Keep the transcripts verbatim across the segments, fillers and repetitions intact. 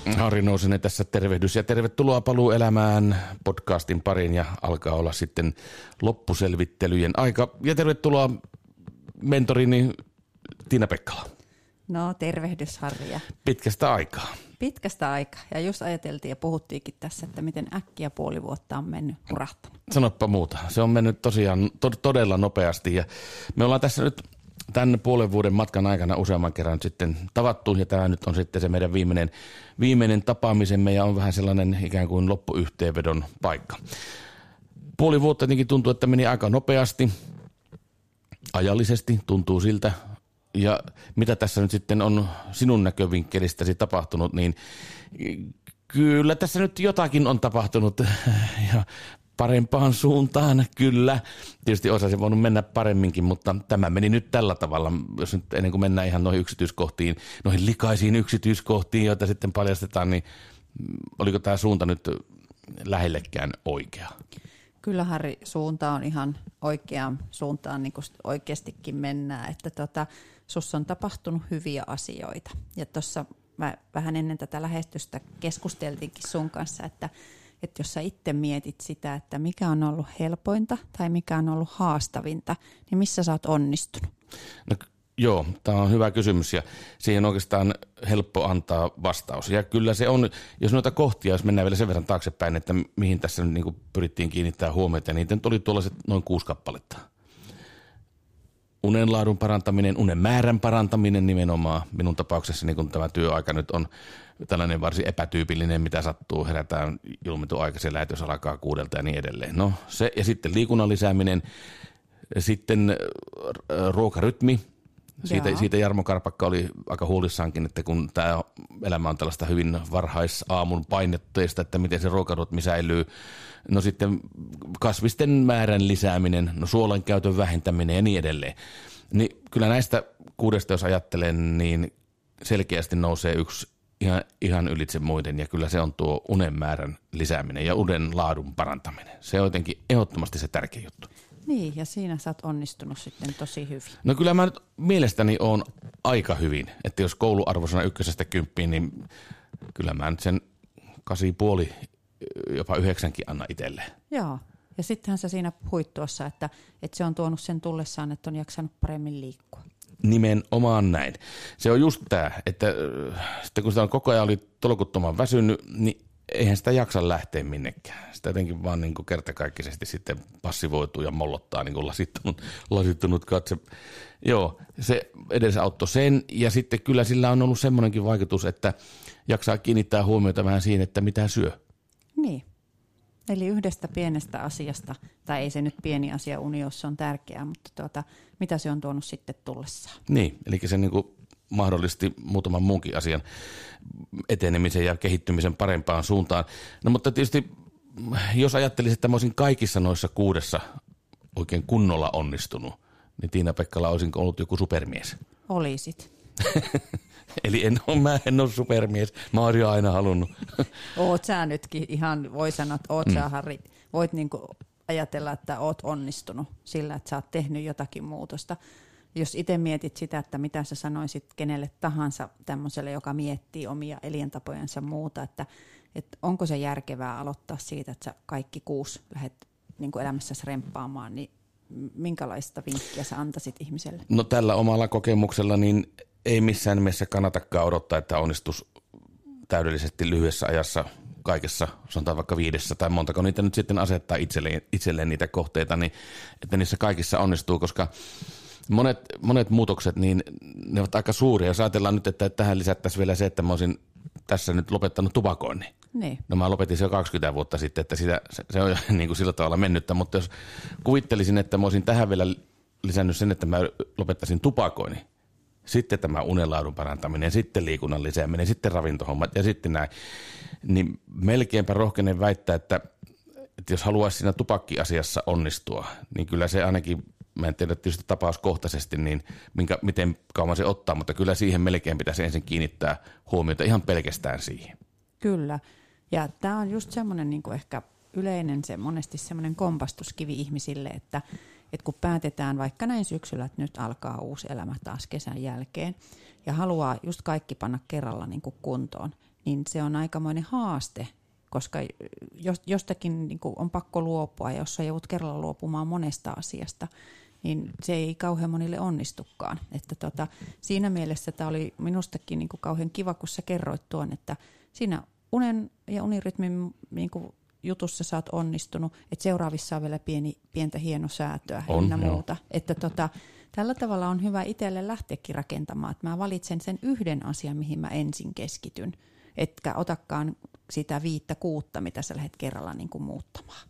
Harri Nousinen tässä tervehdys ja tervetuloa Paluu elämään podcastin pariin ja alkaa olla sitten loppuselvittelyjen aika. Ja tervetuloa mentorini Tiina Pekkala. No tervehdys Harri. Ja pitkästä aikaa. Pitkästä aikaa ja just ajateltiin ja puhuttiinkin tässä, että miten äkkiä puoli vuotta on mennyt hurahtanut. Sanoppa muuta. Se on mennyt tosiaan to- todella nopeasti ja me ollaan tässä nyt tämän puolen vuoden matkan aikana useamman kerran sitten tavattu ja tämä nyt on sitten se meidän viimeinen, viimeinen tapaamisemme ja on vähän sellainen ikään kuin loppuyhteenvedon paikka. Puoli vuotta jotenkin tuntuu, että meni aika nopeasti, ajallisesti tuntuu siltä ja mitä tässä nyt sitten on sinun näkövinkkelistäsi tapahtunut, niin kyllä tässä nyt jotakin on tapahtunut ja parempaan suuntaan, kyllä. Tietysti osaisin voinut mennä paremminkin, mutta tämä meni nyt tällä tavalla. Jos nyt ennen kuin mennään ihan noihin yksityiskohtiin, noihin likaisiin yksityiskohtiin, joita sitten paljastetaan, niin oliko tämä suunta nyt lähellekään oikea? Kyllä Harri, suunta on ihan oikeaan suuntaan, niin kuin oikeastikin mennään, että tota, sussa on tapahtunut hyviä asioita. Ja tuossa vähän ennen tätä lähestystä keskusteltiinkin sun kanssa, että että jos sä itse mietit sitä, että mikä on ollut helpointa tai mikä on ollut haastavinta, niin missä sä oot onnistunut? No, joo, tämä on hyvä kysymys ja siihen oikeastaan helppo antaa vastaus. Ja kyllä se on, jos noita kohtia, jos mennään vielä sen verran taaksepäin, että mihin tässä nyt niin kuin pyrittiin kiinnittää huomiota, niin niitä oli tuollaiset noin kuusi kappaletta. Unen laadun parantaminen, unen määrän parantaminen nimenomaan. Minun tapauksessani, kun tämä työaika nyt on tällainen varsin epätyypillinen, mitä sattuu, herätään julmetun aikaisen lähetys alkaa kuudelta ja niin edelleen. No se, ja sitten liikunnan lisääminen, sitten ruokarytmi. Siitä, siitä Jarmo Karpakka oli aika huolissaankin, että kun tämä elämä on tällaista hyvin varhaisaamun painetteista, että miten se ruokarytmi säilyy. No sitten kasvisten määrän lisääminen, no suolan käytön vähentäminen ja niin edelleen. Niin kyllä näistä kuudesta, jos ajattelen, niin selkeästi nousee yksi ihan, ihan ylitse muiden ja kyllä se on tuo unen määrän lisääminen ja unen laadun parantaminen. Se on jotenkin ehdottomasti se tärkeä juttu. Niin, ja siinä sä oot onnistunut sitten tosi hyvin. No kyllä mä nyt mielestäni oon aika hyvin, että jos kouluarvosana ykkösestä kymppiin, niin kyllä mä nyt sen kasi puoli, jopa yhdeksänkin anna itselleen. Joo, ja sittenhän sä siinä puhuit tuossa, että, että se on tuonut sen tullessaan, että on jaksanut paremmin liikkua. Nimenomaan näin. Se on just tämä, että sitten kun sitä on koko ajan oli tolkuttoman väsynyt, niin eihän sitä jaksa lähteä minnekään. Sitä jotenkin vaan niin kuin kertakaikkisesti sitten passivoituu ja mollottaa niin kuin lasittunut, lasittunut katse. Joo, se edesauttoi sen ja sitten kyllä sillä on ollut semmoinenkin vaikutus, että jaksaa kiinnittää huomiota vähän siihen, että mitä syö. Niin, eli yhdestä pienestä asiasta, tai ei se nyt pieni asia uniossa on tärkeää, mutta tuota, mitä se on tuonut sitten tullessaan? Niin, eli se niin kuin mahdollisti muutaman muunkin asian etenemisen ja kehittymisen parempaan suuntaan. No mutta tietysti, jos ajattelisin, että mä olisin kaikissa noissa kuudessa oikein kunnolla onnistunut, niin Tiina Pekkala olisinko ollut joku supermies? Olisit. Eli en ole, mä en ole supermies. Mä oon jo aina halunnut. Oot sä nytkin ihan, voi sanoa, että oot mm. sä Harri, voit niinku ajatella, että oot onnistunut sillä, että sä oot tehnyt jotakin muutosta. Jos itse mietit sitä, että mitä sä sanoisit kenelle tahansa tämmöiselle, joka miettii omia elintapojensa muuta, että, että onko se järkevää aloittaa siitä, että sä kaikki kuusi lähdet niin kuin elämässäsi remppaamaan, niin minkälaista vinkkiä sä antaisit ihmiselle? No tällä omalla kokemuksella niin ei missään nimessä kannatakaan odottaa, että onnistus täydellisesti lyhyessä ajassa kaikessa, sanotaan vaikka viidessä tai montako niitä nyt sitten asettaa itselleen, itselleen niitä kohteita, niin että niissä kaikissa onnistuu, koska Monet, monet muutokset, niin ne ovat aika suuria. Jos ajatellaan nyt, että tähän lisättäisiin vielä se, että mä olisin tässä nyt lopettanut tupakoinnin. Niin. No mä lopetin se jo kaksikymmentä vuotta sitten, että sitä, se, se on jo niin kuin sillä tavalla mennyttä, mutta jos kuvittelisin, että mä olisin tähän vielä lisännyt sen, että mä lopettaisin tupakoinnin, sitten tämä unenlaadun parantaminen, sitten liikunnan lisääminen, sitten ravintohommat ja sitten näin, niin melkeinpä rohkenen väittää, että, että jos haluaisi siinä tupakkiasiassa onnistua, niin kyllä se ainakin, mä en tiedä tietysti tapauskohtaisesti, niin minkä, miten kauan se ottaa, mutta kyllä siihen melkein pitäisi ensin kiinnittää huomiota ihan pelkästään siihen. Kyllä, ja tämä on just semmoinen niin kuin ehkä yleinen, se monesti semmoinen kompastuskivi ihmisille, että, että kun päätetään vaikka näin syksyllä, että nyt alkaa uusi elämä taas kesän jälkeen, ja haluaa just kaikki panna kerralla niin kuin kuntoon, niin se on aikamoinen haaste, koska jostakin niin kuin on pakko luopua, ja jos sä joudut kerralla luopumaan monesta asiasta, niin se ei kauhean monille onnistukaan. Että tota, siinä mielessä tämä oli minustakin niin kuin kauhean kiva, kun sä kerroit tuon, että siinä unen ja unirytmin niin kuin jutussa sä oot onnistunut, että seuraavissa on vielä pieni, pientä hienosäätöä ja muuta. Että tota, tällä tavalla on hyvä itselle lähteäkin rakentamaan, että mä valitsen sen yhden asian, mihin mä ensin keskityn, etkä otakaan sitä viittä kuutta, mitä sä lähdet kerralla niin kuin muuttamaan.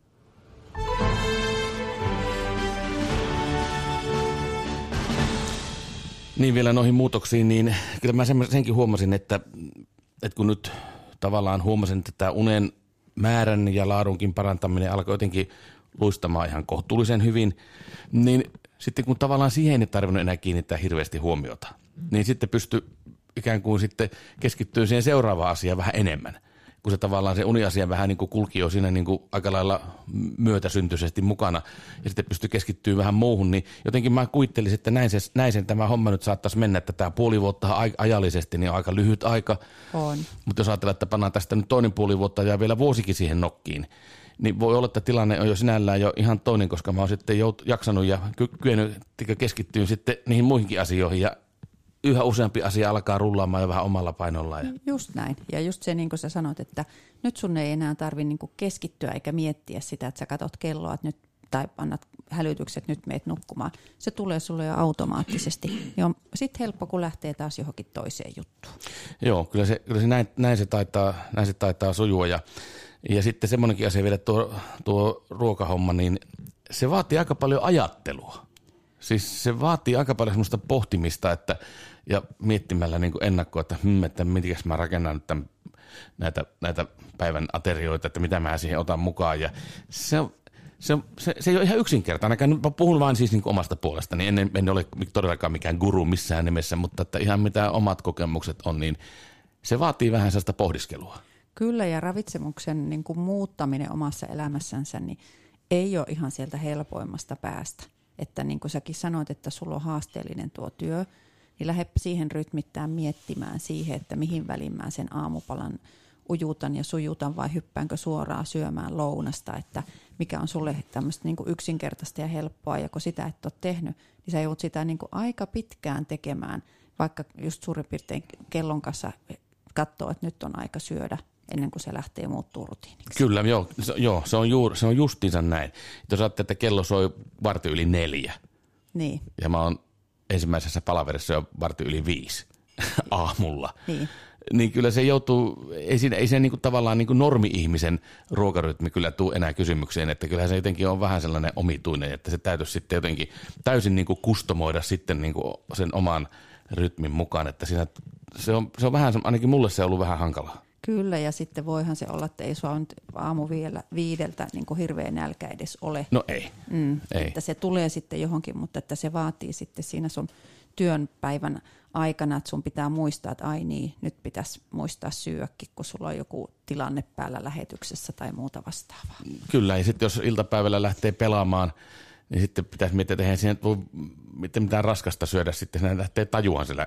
Niin vielä noihin muutoksiin, niin kyllä mä senkin huomasin, että, että kun nyt tavallaan huomasin, että tämä unen määrän ja laadunkin parantaminen alkoi jotenkin luistamaan ihan kohtuullisen hyvin, niin sitten kun tavallaan siihen ei tarvinnut enää kiinnittää hirveästi huomiota, niin sitten pystyi ikään kuin sitten keskittyä siihen seuraavaan asiaan vähän enemmän, kun se tavallaan se uniasia vähän niin kuin kulki jo siinä niin kuin aika lailla myötäsyntyisesti mukana ja sitten pystyi keskittyä vähän muuhun, niin jotenkin mä kuvittelisin, että näin, se, näin sen tämä homma nyt saattaisi mennä, että tämä puoli vuotta ajallisesti niin on aika lyhyt aika, on. Mutta jos ajatellaan, että pannaan tästä nyt toinen puoli vuotta ja vielä vuosikin siihen nokkiin, niin voi olla, että tilanne on jo sinällään jo ihan toinen, koska mä oon sitten jout- jaksanut ja ky- kyennyt keskittyä sitten niihin muihinkin asioihin ja yhä useampi asia alkaa rullaamaan jo vähän omalla painollaan. Ja... Just näin. Ja just se, niin kuin sä sanot, että nyt sun ei enää tarvitse niin kuin keskittyä eikä miettiä sitä, että sä katot kelloa että nyt, tai annat hälytykset, nyt meet nukkumaan. Se tulee sulle jo automaattisesti. Ja on sitten helppo, kun lähtee taas johonkin toiseen juttuun. Joo, kyllä se, kyllä se näin, näin, se taitaa, näin se taitaa sujua. Ja, ja sitten semmoinenkin asia vielä tuo, tuo ruokahomma, niin se vaatii aika paljon ajattelua. Siis se vaatii aika paljon semmoista pohtimista että, ja miettimällä niin kuin ennakkoa, että, hmm, että mitenkäs mä rakennan nyt tämän, näitä, näitä päivän aterioita, että mitä mä siihen otan mukaan. Ja se, se, se, se ei ole ihan yksinkertainen. Mä puhun vain siis niin kuin omasta puolestani. En, en ole todellakaan mikään guru missään nimessä, mutta että ihan mitä omat kokemukset on, niin se vaatii vähän sellaista pohdiskelua. Kyllä, ja ravitsemuksen niin kuin muuttaminen omassa elämässänsä niin ei ole ihan sieltä helpoimmasta päästä. Että niin kuin säkin sanoit, että sulla on haasteellinen tuo työ, niin lähde siihen rytmittämään miettimään siihen, että mihin väliin mä sen aamupalan ujutan ja sujutan vai hyppäänkö suoraan syömään lounasta, että mikä on sulle tämmöistä niin kuin yksinkertaista ja helppoa, ja kun sitä et ole tehnyt, niin sä joudut sitä niin kuin aika pitkään tekemään, vaikka just suurin piirtein kellon kanssa katsoo, että nyt on aika syödä, ennen kuin se lähtee muuttuu rutiiniksi. Kyllä, joo, se, joo, se on, juuri, se on justiinsa näin. Jos ajattelee, että kello soi varti yli neljä, niin. Ja mä oon ensimmäisessä palaverissa jo varti yli viisi aamulla, niin. Niin kyllä se joutuu, ei, siinä, ei se niinku tavallaan niinku normi-ihmisen ruokarytmi kyllä tule enää kysymykseen, että kyllähän se jotenkin on vähän sellainen omituinen, että se täytyisi sitten jotenkin täysin niinku kustomoida sitten niinku sen oman rytmin mukaan, että siinä se on, se on vähän, ainakin mulle se on ollut vähän hankalaa. Kyllä, ja sitten voihan se olla, että ei sua nyt aamu vielä viideltä niin kuin hirveä nälkä edes ole. No ei. Mm, ei. Että se tulee sitten johonkin, mutta että se vaatii sitten siinä sun työn päivän aikana, että sun pitää muistaa, että ai niin, nyt pitäisi muistaa syödäkin, kun sulla on joku tilanne päällä lähetyksessä tai muuta vastaavaa. Kyllä, ja sitten jos iltapäivällä lähtee pelaamaan, niin sitten pitäisi miettiä, että eihän siinä voi mitään raskasta syödä, sitten ne lähtee tajuaan siellä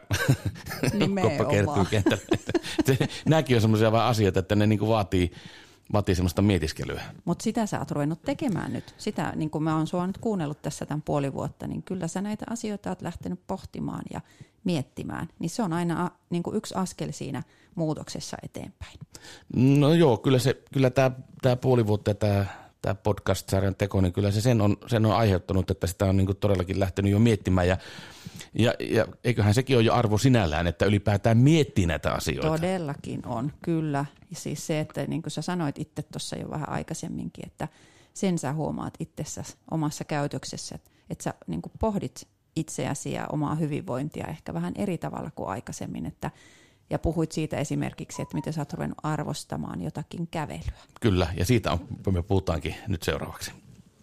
koppa kertyy kentällä. Nämäkin on sellaisia vaan asioita, että ne niinku vaatii, vaatii semmoista mietiskelyä. Mutta sitä sä oot ruvennut tekemään nyt. Sitä, niin kuin mä oon sua nyt kuunnellut tässä tämän puoli vuotta, niin kyllä sä näitä asioita oot lähtenyt pohtimaan ja miettimään. Niin se on aina niin kuin yksi askel siinä muutoksessa eteenpäin. No joo, kyllä, se, kyllä tämä, tämä puoli vuotta ja tämä tämä podcast-sarjan teko, niin kyllä se sen on, sen on aiheuttanut, että sitä on niin kuin todellakin lähtenyt jo miettimään. Ja, ja, ja eiköhän sekin ole jo arvo sinällään, että ylipäätään miettii näitä asioita. Todellakin on, kyllä. Ja siis se, että niin kuin sä sanoit itse tuossa jo vähän aikaisemminkin, että sen sä huomaat itsessäsi omassa käytöksessä, että, että sä niin kuin pohdit itseäsi ja omaa hyvinvointia ehkä vähän eri tavalla kuin aikaisemmin, että ja puhuit siitä esimerkiksi, että miten sä oot ruvennut arvostamaan jotakin kävelyä. Kyllä, ja siitä on, me puhutaankin nyt seuraavaksi.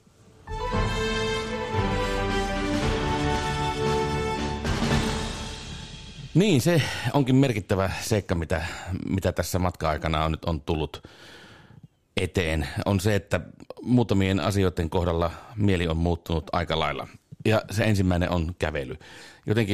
Niin, se onkin merkittävä seikka, mitä, mitä tässä matka-aikana on nyt on tullut eteen. On se, että muutamien asioiden kohdalla mieli on muuttunut aika lailla. Ja se ensimmäinen on kävely. Jotenkin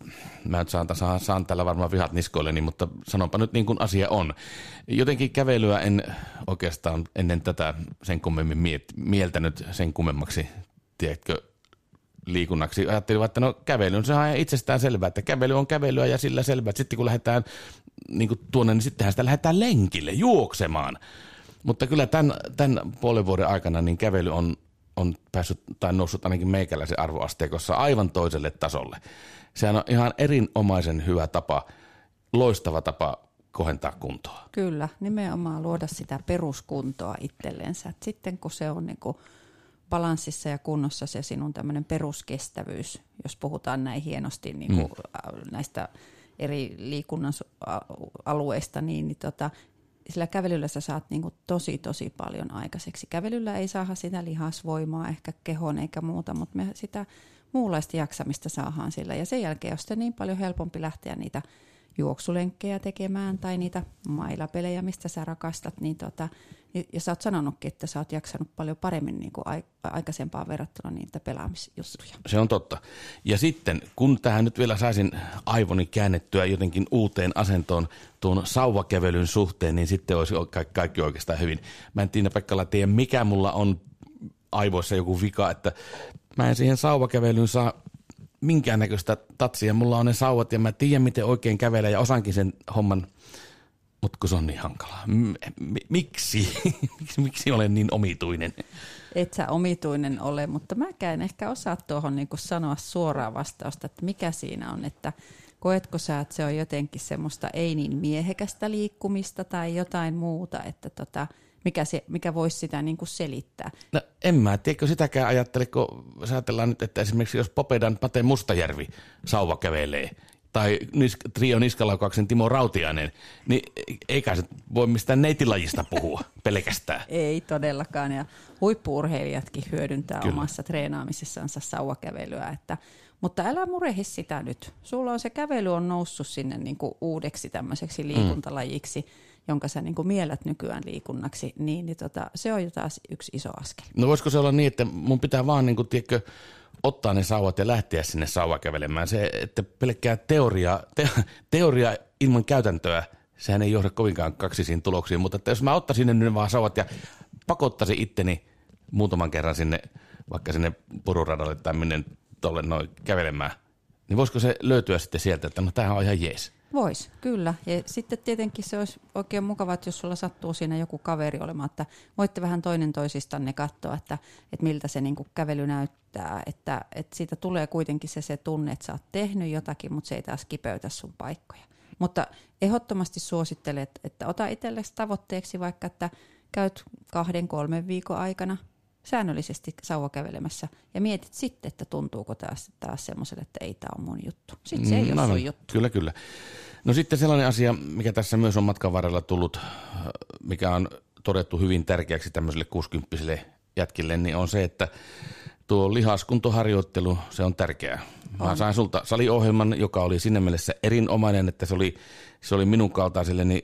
mä nyt saan, saan, saan tällä varmaan vihat niskoilleni, mutta sanonpa nyt niin kuin asia on. Jotenkin kävelyä en oikeastaan ennen tätä sen kummemmin miet, mieltänyt sen kummemmaksi, tiedätkö, liikunnaksi. Ajattelin, että no kävely on sehän itsestään selvää, että kävely on kävelyä ja sillä selvää. Sitten kun lähdetään niin kuin tuonne, niin sittenhän sitä lähdetään lenkille, juoksemaan. Mutta kyllä tämän, tämän puolen vuoden aikana niin kävely on, on päässyt tai noussut ainakin meikäläisen arvoasteikossa aivan toiselle tasolle. Sehän on ihan erinomaisen hyvä tapa, loistava tapa kohentaa kuntoa. Kyllä, nimenomaan luoda sitä peruskuntoa itsellensä. Et sitten kun se on niin kuin balanssissa ja kunnossa se sinun tämmöinen peruskestävyys, jos puhutaan näin hienosti niin kuin mm. näistä eri liikunnan alueista, niin, niin tota, sillä kävelyllä sä saat niin kuin tosi tosi paljon aikaiseksi. Kävelyllä ei saada sitä lihasvoimaa ehkä kehoon eikä muuta, mutta me sitä muunlaista jaksamista saadaan sillä. Ja sen jälkeen on sitten niin paljon helpompi lähteä niitä juoksulenkkejä tekemään tai niitä mailapelejä, mistä sä rakastat, niin tota, ja sä oot sanonutkin, että sä oot jaksanut paljon paremmin niin kuin aikaisempaan verrattuna niitä pelaamisjuttuja. Se on totta. Ja sitten, kun tähän nyt vielä saisin aivoni käännettyä jotenkin uuteen asentoon tuon sauvakävelyn suhteen, niin sitten olisi kaikki oikeastaan hyvin. Mä en Tiina Pekkala tiedä, mikä mulla on aivoissa joku vika, että mä en siihen sauvakävelyyn saa minkäännäköistä tatsia. Mulla on ne sauvat ja mä tiedän, miten oikein kävelee ja osankin sen homman, mutta kun se on niin hankalaa. M- miksi? Miksi olen niin omituinen? Et sä omituinen ole, mutta mäkään en ehkä osaa tuohon niinku sanoa suoraa vastausta, että mikä siinä on, että koetko sä, että se on jotenkin semmoista ei niin miehekästä liikkumista tai jotain muuta, että tota, mikä, se, mikä voisi sitä niinku selittää? No en mä tiedäkö sitäkään ajattele, kun ajatellaan nyt, että esimerkiksi jos Popedan Pate Mustajärvi sauva kävelee, tai Nisk- Trio Niskalaukauksen Timo Rautiainen, niin eikä se voi mistään neitilajista puhua pelkästään. Ei todellakaan, ja huippu-urheilijatkin hyödyntää Kyllä. omassa treenaamisessansa sauvakävelyä, että, mutta älä murehi sitä nyt. Sulla on se kävely on noussut sinne niin kuin uudeksi tämmöiseksi liikuntalajiksi, mm. jonka sä niin kuin mielät nykyään liikunnaksi, niin, niin tota, se on jo taas yksi iso askel. No voisiko se olla niin, että mun pitää vaan niin kuin, tiedätkö, ottaa ne sauvat ja lähteä sinne sauvakävelemään. Se, että pelkkää teoria, te, teoria ilman käytäntöä, sehän ei johda kovinkaan kaksisiin tuloksiin, mutta että jos mä ottaisin ne vaan sauvat ja pakottaisin itteni muutaman kerran sinne, vaikka sinne pururadalle tai minne tuolle noin kävelemään, niin voisiko se löytyä sitten sieltä, että no tämähän on ihan jees. Vois, kyllä. Ja sitten tietenkin se olisi oikein mukavaa, että jos sulla sattuu siinä joku kaveri olemaan, että voitte vähän toinen toisistanne katsoa, että, että miltä se niin kuin kävely näyttää. Että, että siitä tulee kuitenkin se, se tunne, että sä oot tehnyt jotakin, mutta se ei taas kipeytä sun paikkoja. Mutta ehdottomasti suosittelen, että, että ota itsellesi tavoitteeksi vaikka, että käyt kahden, kolmen viikon aikana säännöllisesti sauvakävelemässä ja mietit sitten, että tuntuuko taas, taas semmoiselle, että ei tämä ole mun juttu. Sitten se ei mm, ole sun juttu. Kyllä, kyllä. No sitten sellainen asia, mikä tässä myös on matkan varrella tullut, mikä on todettu hyvin tärkeäksi tämmöiselle kuusikymppiselle jätkille, niin on se, että tuo lihaskuntoharjoittelu, se on tärkeää. Mä sain sulta saliohjelman, joka oli siinä mielessä erinomainen, että se oli, se oli minun kaltaiselleni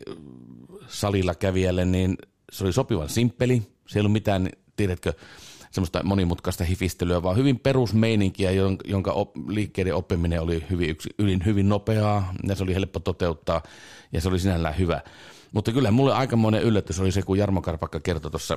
salilla kävijälle, niin se oli sopivan simppeli. Se ei ollut mitään, tiedätkö, semmoista monimutkaista hifistelyä, vaan hyvin perusmeininkiä, jonka op, liikkeiden oppiminen oli hyvin, yksi, ylin, hyvin nopeaa ja se oli helppo toteuttaa ja se oli sinällään hyvä. Mutta kyllä mulle aikamoinen yllätys oli se, kun Jarmo Karpakka kertoi tuossa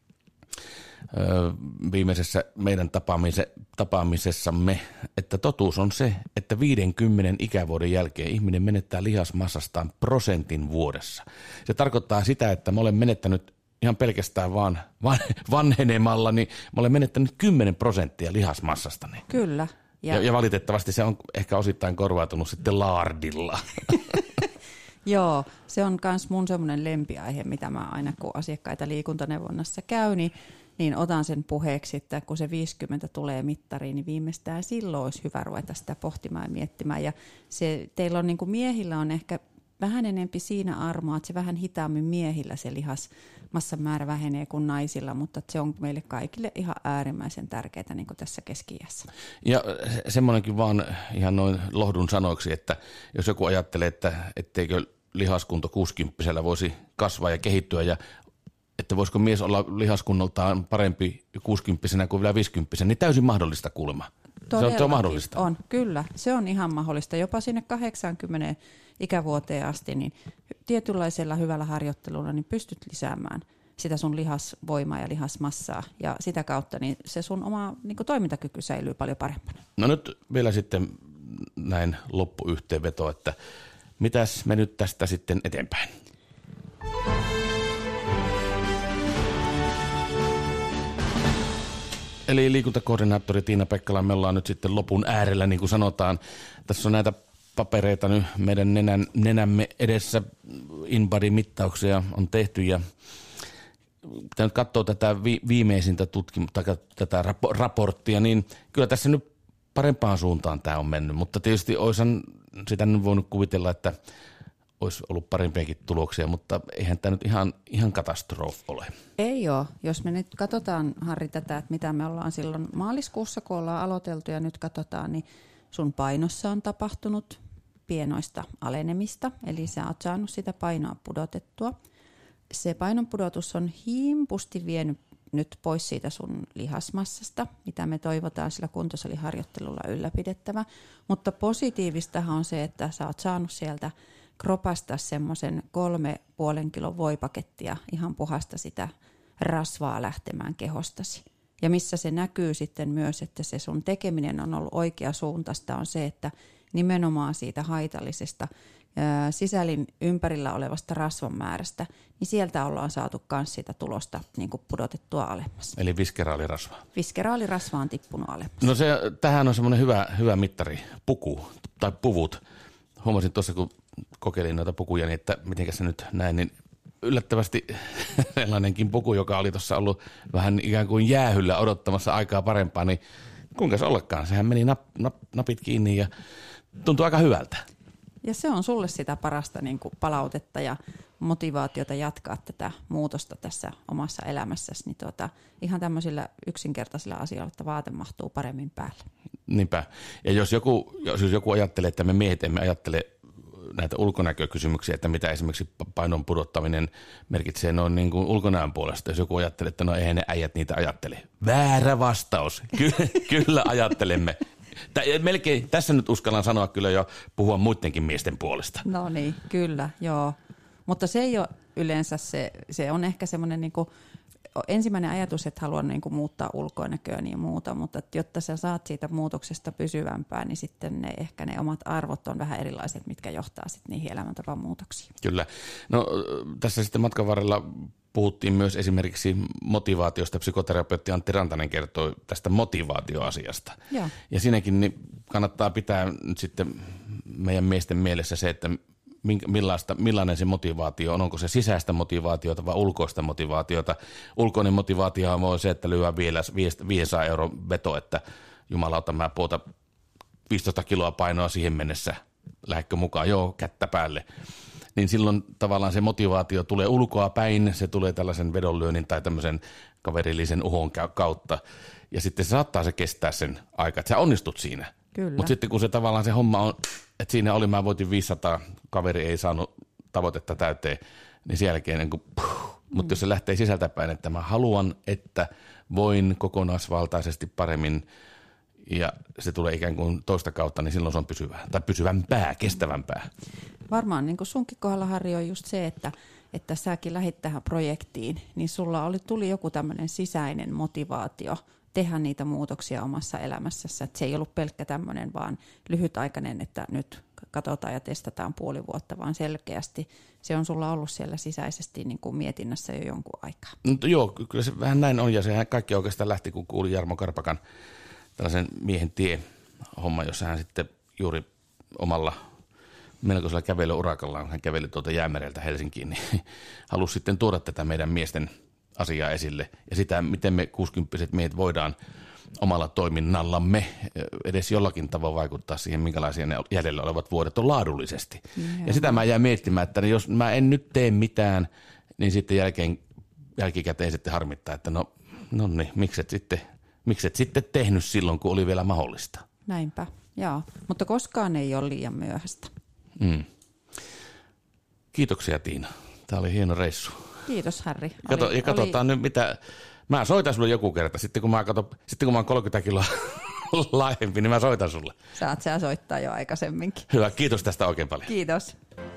viimeisessä meidän tapaamise, tapaamisessamme, että totuus on se, että viidenkymmenen ikävuoden jälkeen ihminen menettää lihasmassastaan prosentin vuodessa. Se tarkoittaa sitä, että mä olen menettänyt ihan pelkästään vaan van, vanhenemalla, niin mä olen menettänyt kymmenen prosenttia lihasmassastani. Kyllä. Ja, ja, ja valitettavasti se on ehkä osittain korvautunut sitten laardilla. Joo, se on myös mun semmoinen lempiaihe, mitä mä aina kun asiakkaita liikuntaneuvonnassa käyn, niin, niin otan sen puheeksi, että kun se viisikymmentä tulee mittariin, niin viimeistään silloin olisi hyvä ruveta sitä pohtimaan ja miettimään. Ja se, teillä on niin kuin miehillä on ehkä vähän enempi siinä armoa, että se vähän hitaammin miehillä se lihasmassan määrä vähenee kuin naisilla, mutta se on meille kaikille ihan äärimmäisen tärkeää niin kuin tässä keski-iässä. Ja semmoinenkin vaan ihan noin lohdun sanoiksi, että jos joku ajattelee, että etteikö lihaskunto kuusikymppisellä voisi kasvaa ja kehittyä ja että voisiko mies olla lihaskunnoltaan parempi kuusikymppisenä kuin vielä viisikymppisenä, niin täysin mahdollista kuulemma. Se on, se on mahdollista. On, kyllä. Se on ihan mahdollista. Jopa sinne kahdeksankymmentä ikävuoteen asti, niin tietynlaisella hyvällä harjoittelulla niin pystyt lisäämään sitä sun lihasvoimaa ja lihasmassaa. Ja sitä kautta niin se sun oma niin kuin toimintakyky säilyy paljon parempana. No nyt vielä sitten näin loppuyhteenveto, että mitäs me nyt tästä sitten eteenpäin? Eli liikuntakoordinaattori Tiina Pekkala, me ollaan nyt sitten lopun äärellä, niin kuin sanotaan. Tässä on näitä papereita nyt meidän nenän, nenämme edessä, InBody-mittauksia on tehty ja pitää nyt katsoa tätä vi, viimeisintä tutkimusta, tätä rapo, raporttia, niin kyllä tässä nyt parempaan suuntaan tämä on mennyt, mutta tietysti olisin sitä nyt voinut kuvitella, että olisi ollut parempiakin tuloksia, mutta eihän tämä nyt ihan, ihan katastrofi ole. Ei ole. Jos me nyt katsotaan, Harri, tätä, että mitä me ollaan silloin maaliskuussa, kun ollaan aloiteltu ja nyt katsotaan, niin sun painossa on tapahtunut pienoista alenemista, eli sä oot saanut sitä painoa pudotettua. Se painon pudotus on himpusti vienyt nyt pois siitä sun lihasmassasta, mitä me toivotaan sillä kuntosaliharjoittelulla ylläpidettävä, mutta positiivistahan on se, että sä oot saanut sieltä kropasta semmoisen kolme puolen kilon voipakettia, ihan puhasta sitä rasvaa lähtemään kehostasi. Ja missä se näkyy sitten myös, että se sun tekeminen on ollut oikea suuntaista, on se, että nimenomaan siitä haitallisesta ää, sisälin ympärillä olevasta rasvan määrästä, niin sieltä ollaan saatu myös sitä tulosta niin kuin pudotettua alemmas. Eli viskeraalirasva. Viskeraalirasva on tippunut alemmas. No se, tähän on semmoinen hyvä, hyvä mittari, puku tai puvut. Huomasin tuossa, kun kokeilin noita pukuja, niin että mitenkä se nyt näin, niin yllättävästi sellainenkin puku, joka oli tuossa ollut vähän ikään kuin jäähyllä odottamassa aikaa parempaa, niin kuinka se ollakaan. Sehän meni nap, nap, napit kiinni ja tuntui aika hyvältä. Ja se on sulle sitä parasta niin kuin palautetta ja motivaatiota jatkaa tätä muutosta tässä omassa elämässäsi, niin tuota, ihan tämmöisillä yksinkertaisilla asioilla, että vaate mahtuu paremmin päälle. Niinpä. Ja jos joku, jos joku ajattelee, että me miehet emme ajattele näitä ulkonäkökysymyksiä, että mitä esimerkiksi painon pudottaminen merkitsee noin niin kuin ulkonäön puolesta. Jos joku ajattelee, että no eihän ne äijät niitä ajattele. Väärä vastaus. Ky- kyllä ajattelemme. Tä- melkein tässä nyt uskallan sanoa kyllä jo puhua muidenkin miesten puolesta. No niin, kyllä, joo. Mutta se ei ole yleensä se, se on ehkä semmoinen niin kuin ensimmäinen ajatus, että haluan niin kuin muuttaa ulkonäköä ja muuta, mutta jotta sä saat siitä muutoksesta pysyvämpää, niin sitten ne, ehkä ne omat arvot on vähän erilaiset, mitkä johtaa sitten niihin elämäntavan muutoksiin. Kyllä. No tässä sitten matkan varrella puhuttiin myös esimerkiksi motivaatiosta. Psykoterapeutti Antti Rantanen kertoi tästä motivaatioasiasta. Joo. Ja siinäkin niin kannattaa pitää nyt sitten meidän miesten mielessä se, että millaista, millainen se motivaatio on, onko se sisäistä motivaatiota vai ulkoista motivaatiota. Ulkoinen motivaatio on voi se, että lyö vielä viisisataa euron veto, että jumalauta mä puota viisitoista kiloa painoa siihen mennessä, lähdekö mukaan, joo, kättä päälle. Niin silloin tavallaan se motivaatio tulee ulkoa päin, se tulee tällaisen vedonlyönnin tai tämmöisen kaverillisen uhon kautta. Ja sitten se saattaa se kestää sen aikaa, että sä onnistut siinä. Mutta sitten kun se tavallaan se homma on, että siinä oli, mä voitin viisisataa, kaveri ei saanut tavoitetta täyteen, niin sen jälkeen niin kuin, puh. Mutta jos se lähtee sisältäpäin, että mä haluan, että voin kokonaisvaltaisesti paremmin ja se tulee ikään kuin toista kautta, niin silloin se on pysyvää tai pysyvämpää, kestävämpää. Varmaan niin kuin sunkin kohdalla, Harri, on just se, että, että säkin lähdit tähän projektiin, niin sulla oli, tuli joku tämmöinen sisäinen motivaatio tehdä niitä muutoksia omassa elämässäsi. Että se ei ollut pelkkä tämmöinen vaan lyhytaikainen, että nyt katsotaan ja testataan puoli vuotta, vaan selkeästi se on sulla ollut siellä sisäisesti niin kuin mietinnässä jo jonkun aikaa. No, joo, kyllä se vähän näin on ja sehän kaikki oikeastaan lähti, kun kuuli Jarmo Karpakan tällaisen miehen tie-homma, jossa hän sitten juuri omalla melkoisella kävelyyurakallaan, hän käveli tuolta Jäämereltä Helsinkiin, niin halusi sitten tuoda tätä meidän miesten asiaa esille ja sitä, miten me kuusikymppiset miehet voidaan omalla toiminnallamme edes jollakin tavoin vaikuttaa siihen, minkälaisia ne jäljellä olevat vuodet on laadullisesti. Mm, ja sitä mä jään miettimään, että jos mä en nyt tee mitään, niin sitten jälkeen, jälkikäteen sitten harmittaa, että no, no niin, mikset sitten, mikset sitten tehnyt silloin, kun oli vielä mahdollista. Näinpä, joo. Mutta koskaan ei ole liian myöhäistä. Mm. Kiitoksia, Tiina. Tämä oli hieno reissu. Kiitos, Harri. Kato, oli, ja katsotaan oli... nyt, mitä... Mä soitan sulle joku kerta, sitten kun mä, kato, sitten kun mä oon kolmekymmentä kiloa laajempi, niin mä soitan sulle. Saat sä soittaa jo aikaisemminkin. Hyvä, kiitos tästä oikein paljon. Kiitos.